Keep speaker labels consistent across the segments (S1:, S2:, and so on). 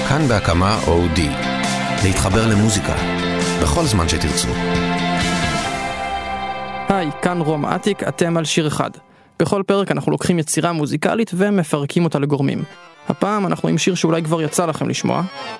S1: כאן בהקמה OD. להתחבר למוזיקה, בכל זמן שתרצו.
S2: היי, כאן רום עתיק, אתם על שיר אחד. בכל פרק אנחנו לוקחים יצירה מוזיקלית ומפרקים אותה לגורמים. הפעם אנחנו עם שיר שאולי כבר יצא לכם לשמוע.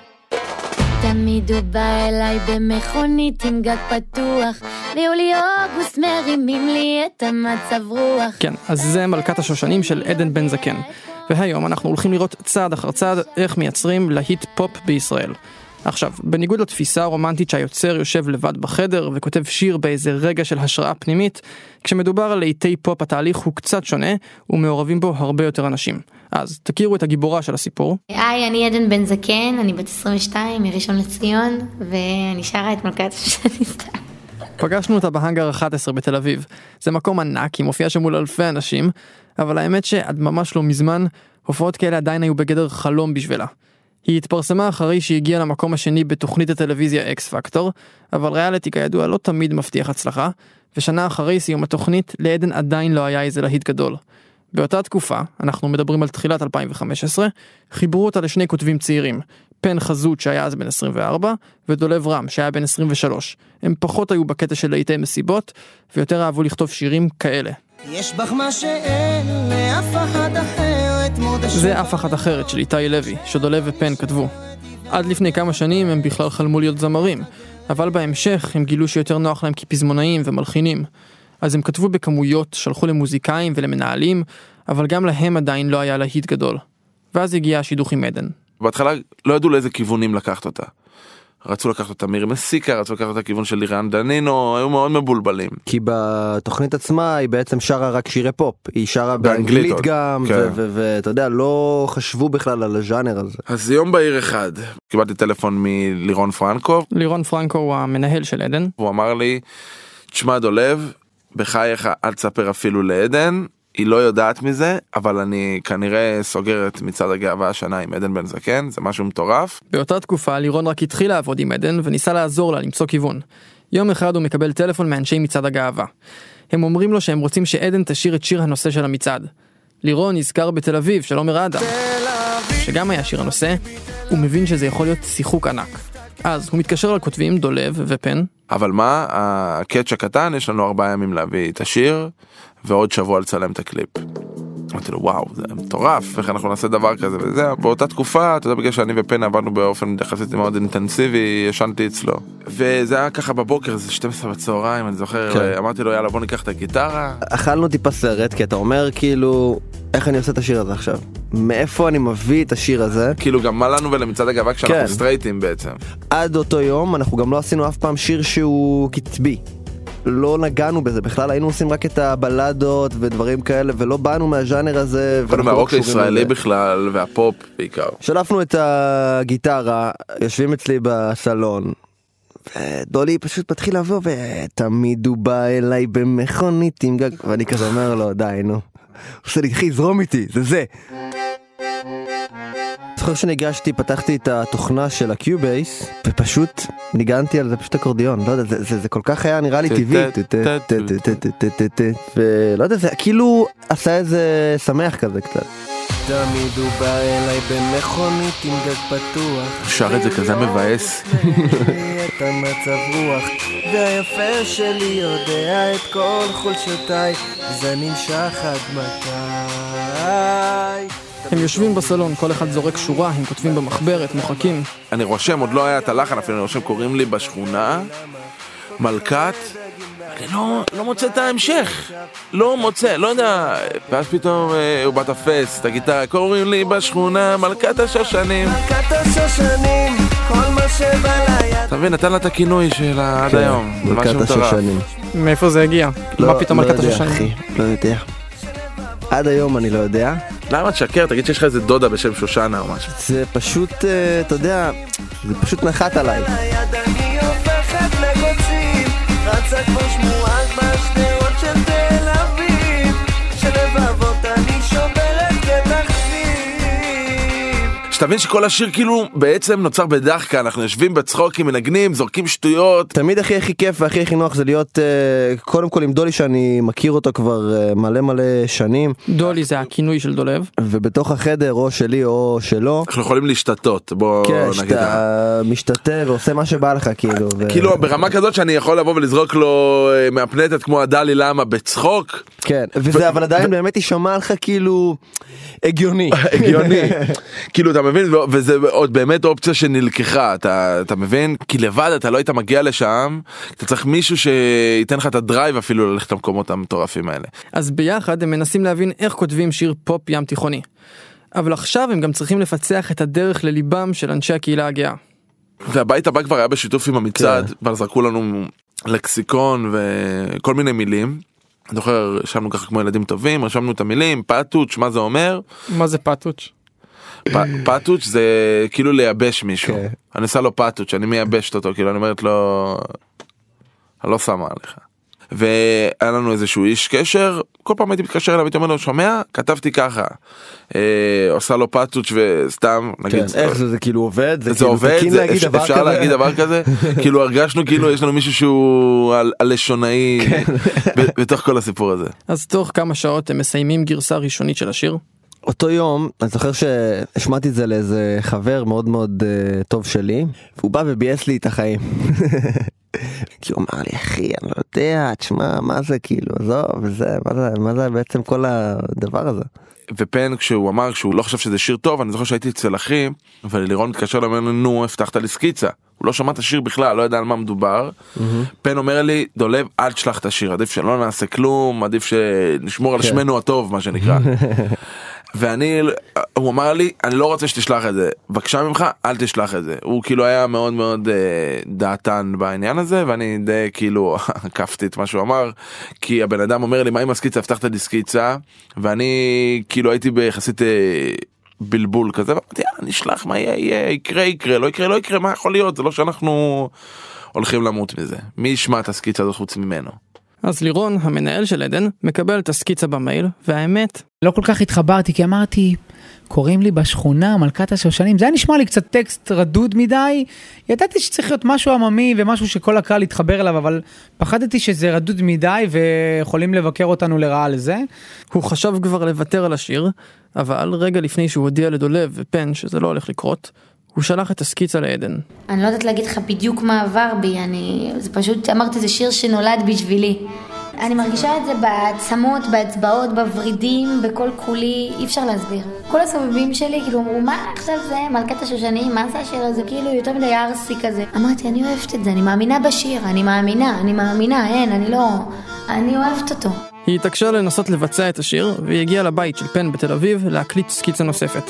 S3: תמיד הוא בא אליי במכונית עם גג פתוח, ביולי אוגוסט מרימים לי את המצב רוח.
S2: כן, אז זה מלכת השושנים של עדן בן זקן. והיום אנחנו הולכים לראות צעד אחר צעד איך מייצרים להיט פופ בישראל. עכשיו, בניגוד לתפיסה הרומנטית שהיוצר יושב לבד בחדר וכותב שיר באיזה רגע של השראה פנימית, כשמדובר על להיטי פופ התהליך הוא קצת שונה ומעורבים בו הרבה יותר אנשים. אז תכירו את הגיבורה של הסיפור.
S3: היי, אני עדן בן זקן, אני בת 22 מראשון לציון, ואני שרה את מלכת השושנים.
S2: פגשנו אותה בהאנגר 11 בתל אביב. זה מקום ענק, היא מופיעה שם מול אלפי אנשים, אבל האמת שעד ממש לא מזמן, הופעות כאלה עדיין היו בגדר חלום בשבילה. היא התפרסמה אחרי שהיא הגיעה למקום השני בתוכנית הטלוויזיה אקס פקטור, אבל ריאליטי כידוע לא תמיד מבטיח הצלחה, ושנה אחרי סיום התוכנית, לעדן עדיין לא היה איזה להיט גדול. באותה תקופה, אנחנו מדברים על תחילת 2015, חיברו אותה לשני כותבים צעירים, פן חזות שהיה אז בן 24, ודולב רם שהיה בן 23. הם פחות היו בקטע של להיטי מסיבות, ויותר אהבו לכתוב שירים כאלה.
S4: יש בך מה שאין לאף אחד אחרת.
S2: זה אף אחת אחרת של איתי לוי, שדולב ופן כתבו. עד לפני כמה שנים הם בכלל חלמו להיות זמרים, אבל בהמשך הם גילו שיותר נוח להם כפזמונאים ומלחינים. אז הם כתבו בכמויות, שלחו למוזיקאים ולמנהלים, אבל גם להם עדיין לא היה להיט גדול. ואז הגיע השידוך עם עדן.
S5: בהתחלה לא ידעו לאיזה כיוונים לקחת אותה. רצו לקחת אותה מירי מסיקה, רצו לקחת אותה כיוון של לירן דנינו, היו מאוד מבולבלים.
S6: כי בתוכנית עצמה היא בעצם שרה רק שירי פופ, היא שרה באנגלית גם, ואתה יודע, לא חשבו בכלל על הז'אנר הזה.
S5: אז יום בהיר אחד, קיבלתי טלפון מלירון פרנקו.
S2: לירון פרנקו הוא המנהל של עדן.
S5: הוא אמר לי, תשמע דולב, בחייך אל תספר אפילו לעדן, היא לא יודעת מזה, אבל אני כנראה סוגרת מצד הגאווה השנה עם עדן בן זקן, זה משהו מטורף.
S2: באותה תקופה לירון רק התחיל לעבוד עם עדן וניסה לעזור לה למצוא כיוון. יום אחד הוא מקבל טלפון מאנשי מצד הגאווה. הם אומרים לו שהם רוצים שעדן תשיר את שיר הנושא של המצעד. לירון נזכר בתל אביב של עומר אדם, שגם היה שיר הנושא, הוא מבין שזה יכול להיות שיחוק ענק. אז הוא מתקשר לכותבים דולב ופן.
S5: אבל מה, הקאץ' הקטן, יש לנו 4 ימים להביא את השיר, ועוד שבוע לצלם את הקליפ. אמרתי לו, וואו, זה מטורף, איך אנחנו נעשה דבר כזה וזה. באותה תקופה, אתה יודע, בגלל שאני ופן עבדנו באופן יחסית מאוד אינטנסיבי, ישנתי אצלו. וזה היה ככה בבוקר, זה 12 בצהריים, אני זוכר, אמרתי לו, יאללה, בוא ניקח את הגיטרה.
S6: אכלנו טיפה סרט, כי אתה אומר, כאילו, איך אני עושה את השיר הזה עכשיו? מאיפה אני מביא את השיר הזה?
S5: כאילו, גם מה לנו ולמצד הגאווה כשאנחנו סטרייטים בעצם.
S6: עד אותו יום, אנחנו גם לא עשינו אף פעם שיר שהוא קצבי. לא נגענו בזה, בכלל היינו עושים רק את הבלדות ודברים כאלה, ולא באנו מהז'אנר הזה.
S5: באנו מהרוק הישראלי בכלל, והפופ בעיקר.
S6: שלפנו את הגיטרה, יושבים אצלי בסלון, ודולי פשוט מתחיל לבוא, ותמיד הוא בא אליי במכונית עם גג, ואני כזה אומר לו, די נו. הוא עושה לי, אחי, זרום איתי, זה. זוכר שניגשתי, פתחתי את התוכנה של הקיובייס, ופשוט ניגנתי על זה פשוט אקורדיון, לא יודע, זה כל כך היה נראה לי טבעי, ולא יודע, זה כאילו עשה איזה שמח כזה קצת. תמיד הוא בא אליי במכונית עם גג פתוח,
S5: שר את זה כזה מבאס.
S6: את המצב רוח, והיפה שלי יודע את כל חולשותיי, זה נמשך עד מתי.
S2: הם יושבים בסלון, כל אחד זורק שורה, הם כותבים במחברת, מוחקים.
S5: אני רושם, עוד לא היה את הלחן אפילו, אני רושם, קוראים לי בשכונה, מלכת, אני לא מוצא את ההמשך, לא מוצא, לא יודע, ואז פתאום הוא בא תפס את הגיטרה, קוראים לי בשכונה, מלכת השושנים.
S4: מלכת השושנים, כל מה שבא ליד.
S5: אתה מבין, נתן לה את הכינוי שלה עד היום,
S6: מלכת השושנים.
S2: מאיפה זה הגיע? מה פתאום מלכת השושנים?
S6: לא יודע. עד היום אני לא יודע.
S5: למה תשקר? תגיד שיש לך איזה דודה בשם שושנה או משהו.
S6: זה פשוט, אתה יודע, זה פשוט נחת עליי.
S4: אני הופכת לקוצים, רצה כמו שמועת בשדרות של תל אביב, שלבבות אני שוברת כתחביב.
S5: תבין שכל השיר כאילו בעצם נוצר בדחקה, אנחנו יושבים בצחוקים, מנגנים, זורקים שטויות.
S6: תמיד הכי כיף והכי נוח זה להיות קודם כל עם דולי שאני מכיר אותו כבר מלא שנים.
S2: דולי זה הכינוי של דולב.
S6: ובתוך החדר או שלי או שלו.
S5: אנחנו יכולים להשתתות, בוא נגיד.
S6: כן, שאתה משתתה ועושה מה שבא לך כאילו.
S5: כאילו ברמה כזאת שאני יכול לבוא ולזרוק לו מהפנטת כמו הדלי למה בצחוק.
S6: כן, וזה אבל עדיין באמת יישמע לך כאילו הגיוני.
S5: הגיוני. כאילו אתה מבין, וזה עוד באמת אופציה שנלקחה, אתה מבין? כי לבד אתה לא היית מגיע לשם, אתה צריך מישהו שייתן לך את הדרייב אפילו ללכת למקומות המטורפים האלה.
S2: אז ביחד הם מנסים להבין איך כותבים שיר פופ ים תיכוני. אבל עכשיו הם גם צריכים לפצח את הדרך לליבם של אנשי הקהילה הגאה.
S5: והבית הבא כבר היה בשיתוף עם המצעד, אבל זרקו לנו לקסיקון וכל מיני מילים. אני זוכר, ישבנו ככה כמו ילדים טובים, רשמנו את המילים, פאטוץ', מה זה אומר?
S2: מה זה פאטוץ'?
S5: פאטוץ' זה כאילו לייבש מישהו. אני עושה לו פאטוץ', אני מייבשת אותו, כאילו אני אומרת לו, אני לא שמה עליך. והיה לנו איזשהו איש קשר, כל פעם הייתי מתקשר אליו, הייתי אומר לו, שומע? כתבתי ככה. עושה לו פאטוץ' וסתם, נגיד.
S6: איך זה כאילו עובד?
S5: זה עובד, אפשר להגיד דבר כזה? כאילו הרגשנו כאילו יש לנו מישהו שהוא הלשונאי בתוך כל הסיפור הזה.
S2: אז תוך כמה שעות הם מסיימים גרסה ראשונית של השיר.
S6: אותו יום, אני זוכר שהשמעתי את זה לאיזה חבר מאוד מאוד טוב שלי, והוא בא ובייס לי את החיים. כי הוא אמר לי, אחי, אני לא יודע, תשמע, מה זה כאילו, עזוב, וזה, מה זה בעצם כל הדבר הזה?
S5: ופן כשהוא אמר שהוא לא חושב שזה שיר טוב, אני זוכר שהייתי אצל אחי, ולירון מתקשר למנו, נו, הבטחת לי סקיצה. הוא לא שמע את השיר בכלל, לא יודע על מה מדובר. פן אומר לי, דולב, אל תשלח את השיר, עדיף שלא נעשה כלום, עדיף שנשמור על שמנו הטוב, מה שנקרא. הוא אמר לי, אני לא רוצה שתשלח את זה, בבקשה ממך, אל תשלח את זה. הוא כאילו היה מאוד מאוד דעתן בעניין הזה, ואני די כאילו קפתי את מה שהוא אמר, כי הבן אדם אומר לי, מה עם הסקיצה, הבטחת לי סקיצה, ואני כאילו הייתי ביחסית בלבול כזה, ואמרתי, נשלח, מה יהיה, יקרה, לא יקרה, מה יכול להיות, זה לא שאנחנו הולכים למות מזה. מי ישמע את הסקיצה הזאת חוץ ממנו?
S2: אז לירון, המנהל של עדן, מקבל את הסקיצה במייל, והאמת...
S7: לא כל כך התחברתי, כי אמרתי, קוראים לי בשכונה, מלכת השושנים, זה היה נשמע לי קצת טקסט רדוד מדי, ידעתי שצריך להיות משהו עממי, ומשהו שכל הקהל יתחבר אליו, אבל פחדתי שזה רדוד מדי, ויכולים לבקר אותנו לרעה לזה.
S2: הוא חשב כבר לוותר על השיר, אבל רגע לפני שהוא הודיע לדולב ופן שזה לא הולך לקרות, הוא שלח את הסקיצה לעדן.
S3: אני לא יודעת להגיד לך בדיוק מה עבר בי, זה פשוט, אמרתי, זה שיר שנולד בשבילי. אני מרגישה את זה בעצמות, באצבעות, בוורידים, בכל כולי, אי אפשר להסביר. כל הסובבים שלי כאילו אמרו, מה עכשיו זה? מלכת השושנים, מה זה השיר הזה? כאילו יותר מדי ארסי כזה. אמרתי, אני אוהבת את זה, אני מאמינה בשיר, אני מאמינה, אני אוהבת אותו.
S2: היא התעקשה לנסות לבצע את השיר, והיא הגיעה לבית של פן בתל אביב להקליט סקיצה נוספת.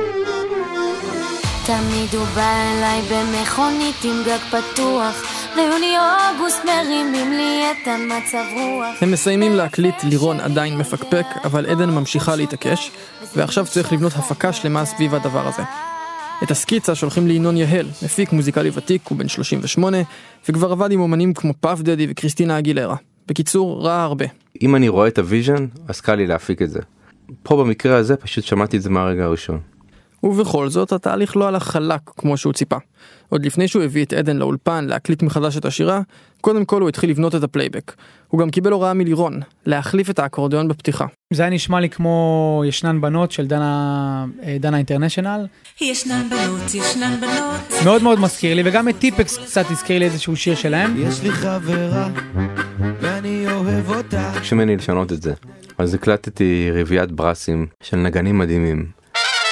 S3: תמיד הוא בא אליי במכונית עם גג פתוח, ויוני אוגוסט מרימים לי את המצב רוח.
S2: הם מסיימים להקליט, לירון עדיין מפקפק, אבל עדן ממשיכה להתעקש, ועכשיו צריך לבנות הפקה שלמה סביב הדבר הזה. את הסקיצה שולחים לינון יהל, מפיק מוזיקלי ותיק, הוא בן 38, וכבר עבד עם אומנים כמו פאף דדי וקריסטינה אגילרה. בקיצור, רע הרבה.
S8: אם אני רואה את הוויז'ן, אז קל לי להפיק את זה. פה במקרה הזה פשוט שמעתי את זה מהרגע הראשון.
S2: ובכל זאת התהליך לא הלך חלק כמו שהוא ציפה. עוד לפני שהוא הביא את עדן לאולפן להקליט מחדש את השירה, קודם כל הוא התחיל לבנות את הפלייבק. הוא גם קיבל הוראה מלירון להחליף את האקורדיון בפתיחה.
S7: זה היה נשמע לי כמו ישנן בנות של דנה אינטרנשיונל.
S9: ישנן בנות.
S7: מאוד מאוד מזכיר לי, וגם את טיפקס קצת הזכיר לי איזשהו שיר שלהם.
S4: יש לי חברה ואני אוהב אותה.
S8: כשמני לשנות את זה. אז הקלטתי רביעיית ברסים של נגנים מדהימים.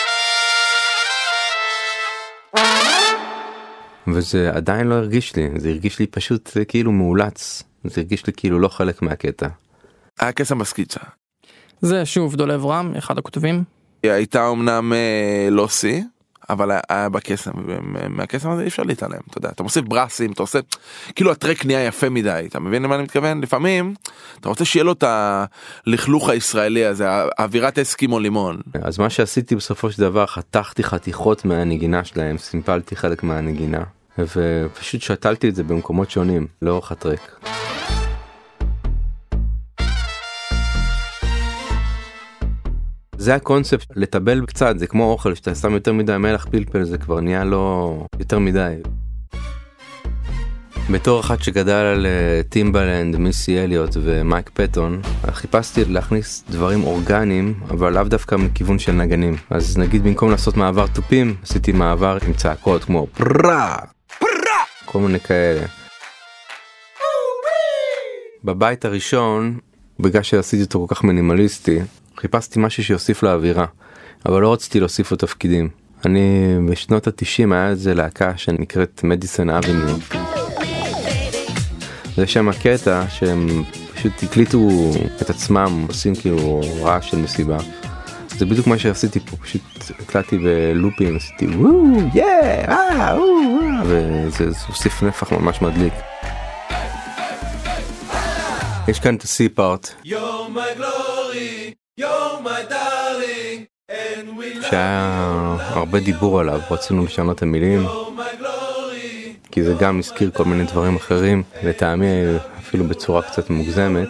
S8: וזה עדיין לא הרגיש לי, זה הרגיש לי פשוט כאילו מאולץ, זה הרגיש לי כאילו לא חלק מהקטע.
S5: היה קסם בסקיצה.
S2: זה שוב דולב רם, אחד הכותבים.
S5: היא הייתה אמנם לא סי, אבל היה בקסם, ומהקסם הזה אי אפשר להתעלם, אתה יודע, אתה מוסיף ברסים, אתה עושה, כאילו הטרק נהיה יפה מדי, אתה מבין למה אני מתכוון? לפעמים, אתה רוצה שיהיה לו את הלכלוך הישראלי הזה, האווירת אסקימו לימון.
S8: אז מה שעשיתי בסופו של דבר, חתכתי חתיכות מהנגינה שלהם, סימפלתי חלק מהנגינה, ופשוט שתלתי את זה במקומות שונים, לאורך הטרק. זה הקונספט, לטבל קצת, זה כמו אוכל, שאתה שם יותר מדי מלח פלפל, זה כבר נהיה לא יותר מדי. בתור אחד שגדל על טימבלנד, מיסי אליוט ומייק פטון, חיפשתי להכניס דברים אורגניים, אבל לאו דווקא מכיוון של נגנים. אז נגיד במקום לעשות מעבר טופים, עשיתי מעבר עם צעקות כמו פרה, פרה, כל מיני כאלה. בבית הראשון, בגלל שעשיתי אותו כל כך מינימליסטי, חיפשתי משהו שיוסיף לאווירה, אבל לא רציתי להוסיף לו תפקידים. אני בשנות ה-90 היה איזה להקה שנקראת מדיסון אביניו. זה שם הקטע שהם פשוט הקליטו את עצמם, עושים כאילו רעש של מסיבה. זה בדיוק מה שעשיתי פה, פשוט הקלטתי בלופים, עשיתי וואו, יא, וזה הוסיף נפח ממש מדליק. יש כאן את ה-C part. שהיה הרבה דיבור עליו, רצינו לשנות את המילים. כי זה גם הזכיר כל מיני דברים אחרים, לטעמי אפילו בצורה קצת מוגזמת.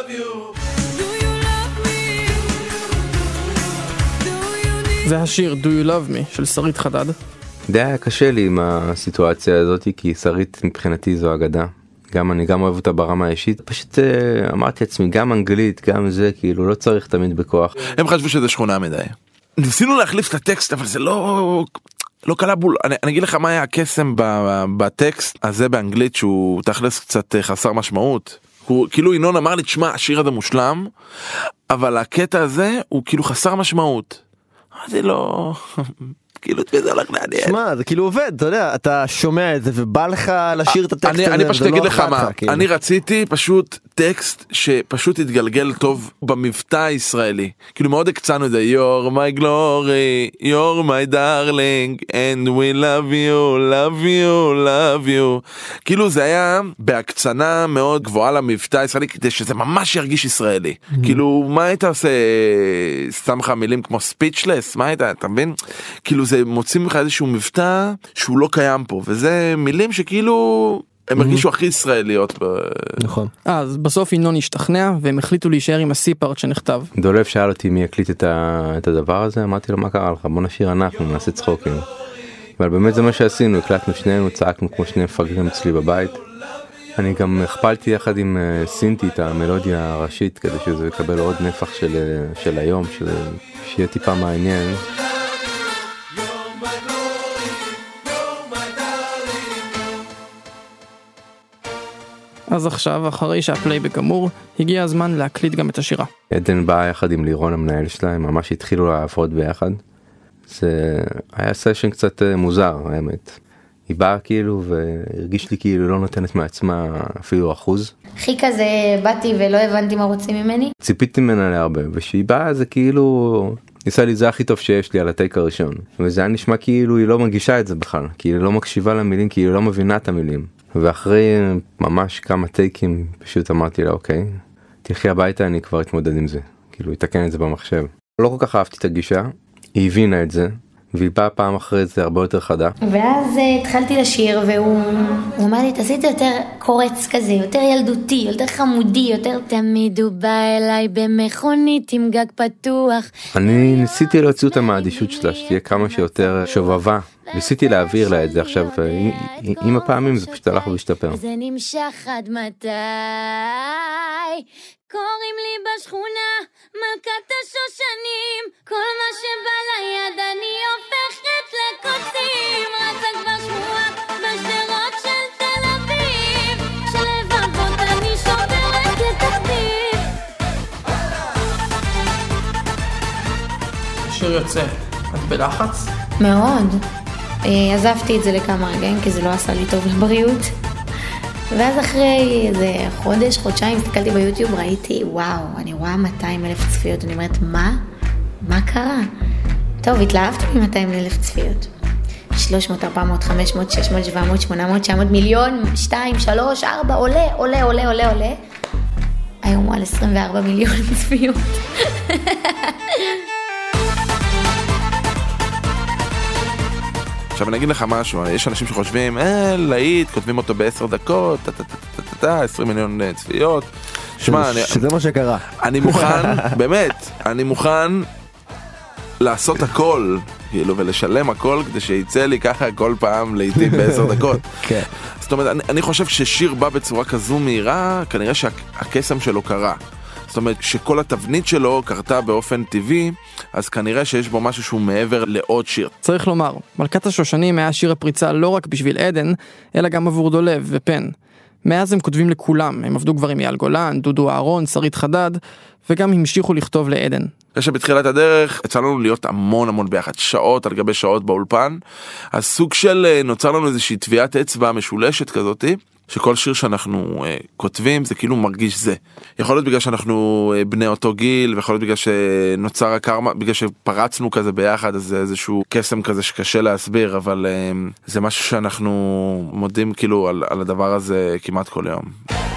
S2: זה השיר Do You Love Me של שרית חדד.
S8: די היה קשה לי עם הסיטואציה הזאת, כי שרית מבחינתי זו אגדה. אני גם אוהב אותה ברמה האישית. פשוט אמרתי לעצמי, גם אנגלית, גם זה, כאילו לא צריך תמיד בכוח.
S5: הם חשבו שזה שכונה מדי. ניסינו להחליף את הטקסט, אבל זה לא קלה בול. אני אגיד לך מה היה הקסם בטקסט הזה באנגלית, שהוא תכלס קצת חסר משמעות. כאילו ינון אמר לי, תשמע, השיר הזה מושלם, אבל הקטע הזה הוא כאילו חסר משמעות. זה לא... כאילו זה הולך לעניין.
S6: שמע, זה כאילו עובד, אתה יודע, אתה שומע את זה ובא לך לשיר את הטקסט הזה.
S5: אני פשוט אגיד לך מה, אני רציתי פשוט טקסט שפשוט יתגלגל טוב במבטא הישראלי. כאילו מאוד הקצנו את זה, You're my glory, You're my darling, and we love you, love you, love you. כאילו זה היה בהקצנה מאוד גבוהה למבטא הישראלי, כדי שזה ממש ירגיש ישראלי. כאילו, מה היית עושה? שם לך מילים כמו speechless? מה היית? אתה מבין? כאילו זה מוצאים לך איזשהו מבטא שהוא לא קיים פה, וזה מילים שכאילו הם הרגישו הכי ישראליות.
S6: נכון.
S2: אז בסוף ינון השתכנע והם החליטו להישאר עם ה-C part שנכתב.
S8: דולב שאל אותי מי יקליט את הדבר הזה, אמרתי לו מה קרה לך, בוא נשאיר אנחנו, נעשה צחוקים. אבל באמת זה מה שעשינו, הקלטנו שנינו, צעקנו כמו שני מפגרים אצלי בבית. אני גם הכפלתי יחד עם סינטי את המלודיה הראשית, כדי שזה יקבל עוד נפח של היום, שיהיה טיפה מעניין.
S2: אז עכשיו, אחרי שהפלייבק אמור, הגיע הזמן להקליט גם את השירה.
S8: עדן באה יחד עם לירון המנהל שלהם, ממש התחילו לעבוד ביחד. זה היה סשן קצת מוזר, האמת. היא באה כאילו והרגיש לי כאילו לא נותנת מעצמה אפילו אחוז.
S3: הכי כזה באתי ולא הבנתי מה רוצים ממני.
S8: ציפיתי ממנה להרבה, ושהיא באה זה כאילו... ניסה לי זה הכי טוב שיש לי על הטייק הראשון. וזה היה נשמע כאילו היא לא מגישה את זה בכלל, כי היא לא מקשיבה למילים, כי היא לא מבינה את המילים. ואחרי ממש כמה טייקים פשוט אמרתי לה אוקיי, תלכי הביתה, אני כבר אתמודד עם זה. כאילו יתקן את זה במחשב. לא כל כך אהבתי את הגישה, היא הבינה את זה, והיא באה פעם אחרי זה הרבה יותר חדה.
S3: ואז התחלתי לשיר והוא אמר לי תעשי את זה יותר קורץ כזה, יותר ילדותי, יותר חמודי, יותר תמיד הוא בא אליי במכונית עם גג פתוח.
S8: אני ניסיתי להוציא אותה מהאדישות שלה, שתהיה כמה שיותר שובבה. ניסיתי להעביר לה את זה עכשיו, עם הפעמים זה פשוט הלך והשתפר.
S3: זה נמשך עד מתי, קוראים לי בשכונה, מלכת השושנים, כל מה שבא ליד אני הופכת לקוצים, רצה כבר שבועה בשדרות של תל אביב, שלבבות אני שוברת לתחתיב.
S2: השיר יוצא, את בלחץ?
S3: מאוד. עזבתי את זה לכמה רגעים כי זה לא עשה לי טוב לבריאות. ואז אחרי איזה חודש, חודשיים, הסתכלתי ביוטיוב, ראיתי, וואו, אני רואה 200,000 צפיות. אני אומרת, מה קרה? טוב, התלהבתי מ-200,000 צפיות. 300, 400, 500, 600, 700, 800, 900, מיליון, 2, 3, 4, עולה. היום הוא על 24 מיליון צפיות.
S5: עכשיו אני אגיד לך משהו, יש אנשים שחושבים, להיט, כותבים אותו ב10 דקות, 20 מיליון צפיות.
S6: שזה מה שקרה.
S5: אני מוכן, באמת, אני מוכן לעשות הכל, כאילו, ולשלם הכל כדי שיצא לי ככה כל פעם לעתים ב10 דקות.
S6: כן.
S5: זאת אומרת, אני חושב ששיר בא בצורה כזו מהירה, כנראה שהקסם שלו קרה. זאת אומרת, שכל התבנית שלו קרתה באופן טבעי, אז כנראה שיש בו משהו שהוא מעבר לעוד שיר.
S2: צריך לומר, מלכת השושנים היה שיר הפריצה לא רק בשביל עדן, אלא גם עבור דולב ופן. מאז הם כותבים לכולם, הם עבדו כבר עם יעל גולן, דודו אהרון, שרית חדד, וגם המשיכו לכתוב לעדן.
S5: כשבתחילת הדרך יצא לנו להיות המון ביחד, שעות על גבי שעות באולפן, אז סוג של נוצר לנו איזושהי טביעת אצבע משולשת כזאת, שכל שיר שאנחנו כותבים זה כאילו מרגיש זה. יכול להיות בגלל שאנחנו בני אותו גיל, ויכול להיות בגלל שנוצר הקרמה, בגלל שפרצנו כזה ביחד, אז זה איזשהו קסם כזה שקשה להסביר, אבל זה משהו שאנחנו מודים כאילו על הדבר הזה כמעט כל יום.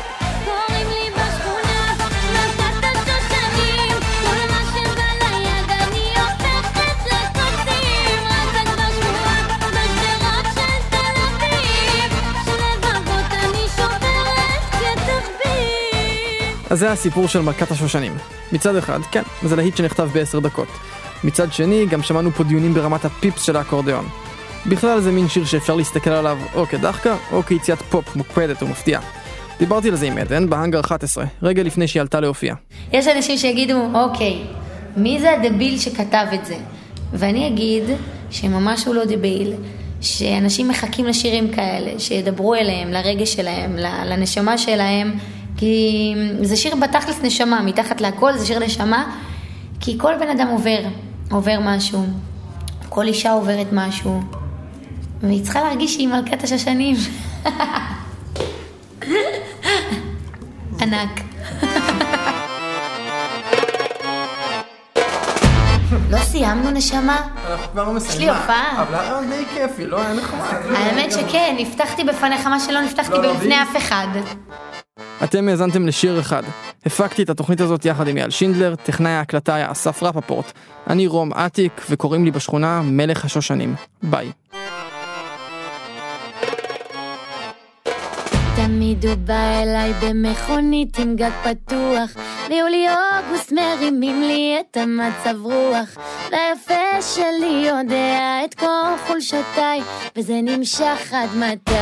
S2: אז זה הסיפור של מלכת השושנים. מצד אחד, כן, זה להיט שנכתב ב10 דקות. מצד שני, גם שמענו פה דיונים ברמת הפיפס של האקורדיון. בכלל זה מין שיר שאפשר להסתכל עליו או כדחקה, או כיציאת פופ מוקפדת ומפתיעה. דיברתי על זה עם עדן בהנגר 11, רגע לפני שהיא עלתה להופיע.
S3: יש אנשים שיגידו, אוקיי, מי זה הדביל שכתב את זה? ואני אגיד שממש הוא לא דביל, שאנשים מחכים לשירים כאלה, שידברו אליהם, לרגש שלהם, לנשמה שלהם, כי זה שיר בתכלס נשמה, מתחת להכל זה שיר נשמה, כי כל בן אדם עובר משהו, כל אישה עוברת משהו, והיא צריכה להרגיש שהיא מלכת השושנים. ענק. לא סיימנו נשמה?
S2: אנחנו כבר לא מסיימים.
S3: יש לי הופעה.
S2: אבל היה די כיפי, לא היה נחמד.
S3: האמת שכן, נפתחתי בפניך מה שלא נפתחתי בפני אף אחד.
S2: אתם האזנתם לשיר אחד. הפקתי את התוכנית הזאת יחד עם יעל שינדלר, טכנאי ההקלטה היה אסף רפפורט. אני רום עתיק, וקוראים לי בשכונה מלך השושנים. ביי.
S10: תמיד הוא בא אליי במכונית עם גג פתוח, ביולי אוגוסט מרימים לי את המצב רוח, והיפה שלי יודע את כל חולשותיי, וזה נמשך עד מתי.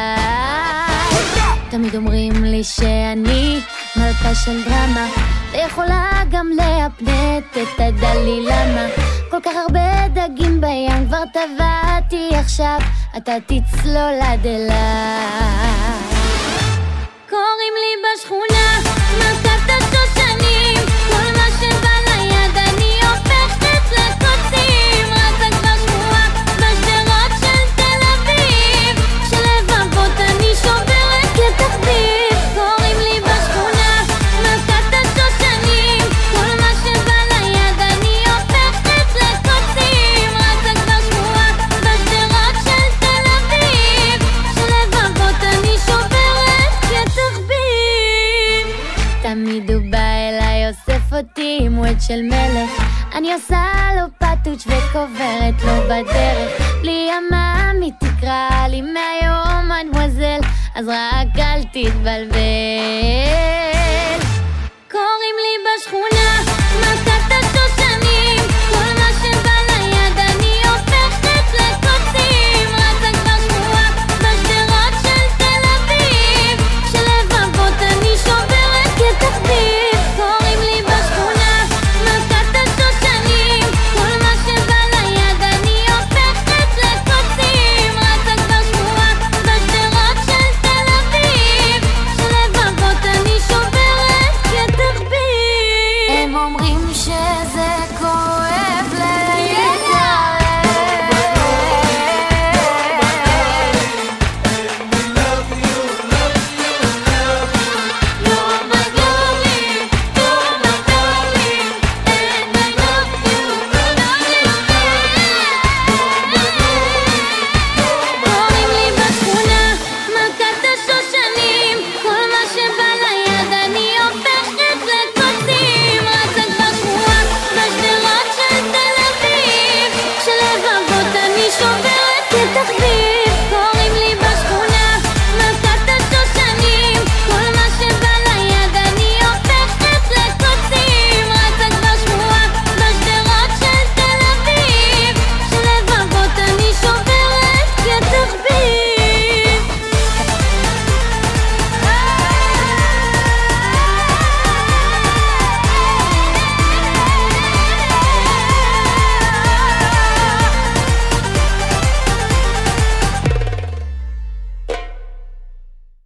S10: תמיד אומרים לי שאני מלכה של דרמה, ויכולה גם להפנט את הדלי למה. כל כך הרבה דגים בים כבר טבעתי עכשיו, אתה תצלול עד אליי. קוראים לי בשכונה מלכת השושנים, כל מה שבא ליד אני הופכת לקוצים, רצה כבר שמועה בשדרות של תל אביב, שלבבות אני שוברת כתחביב. קוראים לי בשכונה מלכת השושנים, כל מה שבא ליד אני הופכת לקוצים, רצה כבר שמועה בשדרות של תל אביב, שלבבות אני שוברת כתחביב. תמיד הוא בא אליי אוסף אותי עם ווד של מלך, אני עושה לו פטוץ' וקוברת לו בדרך, בלי המאמי תקרא לי מהיום אדמואזל, אז רק אל תתבלבל.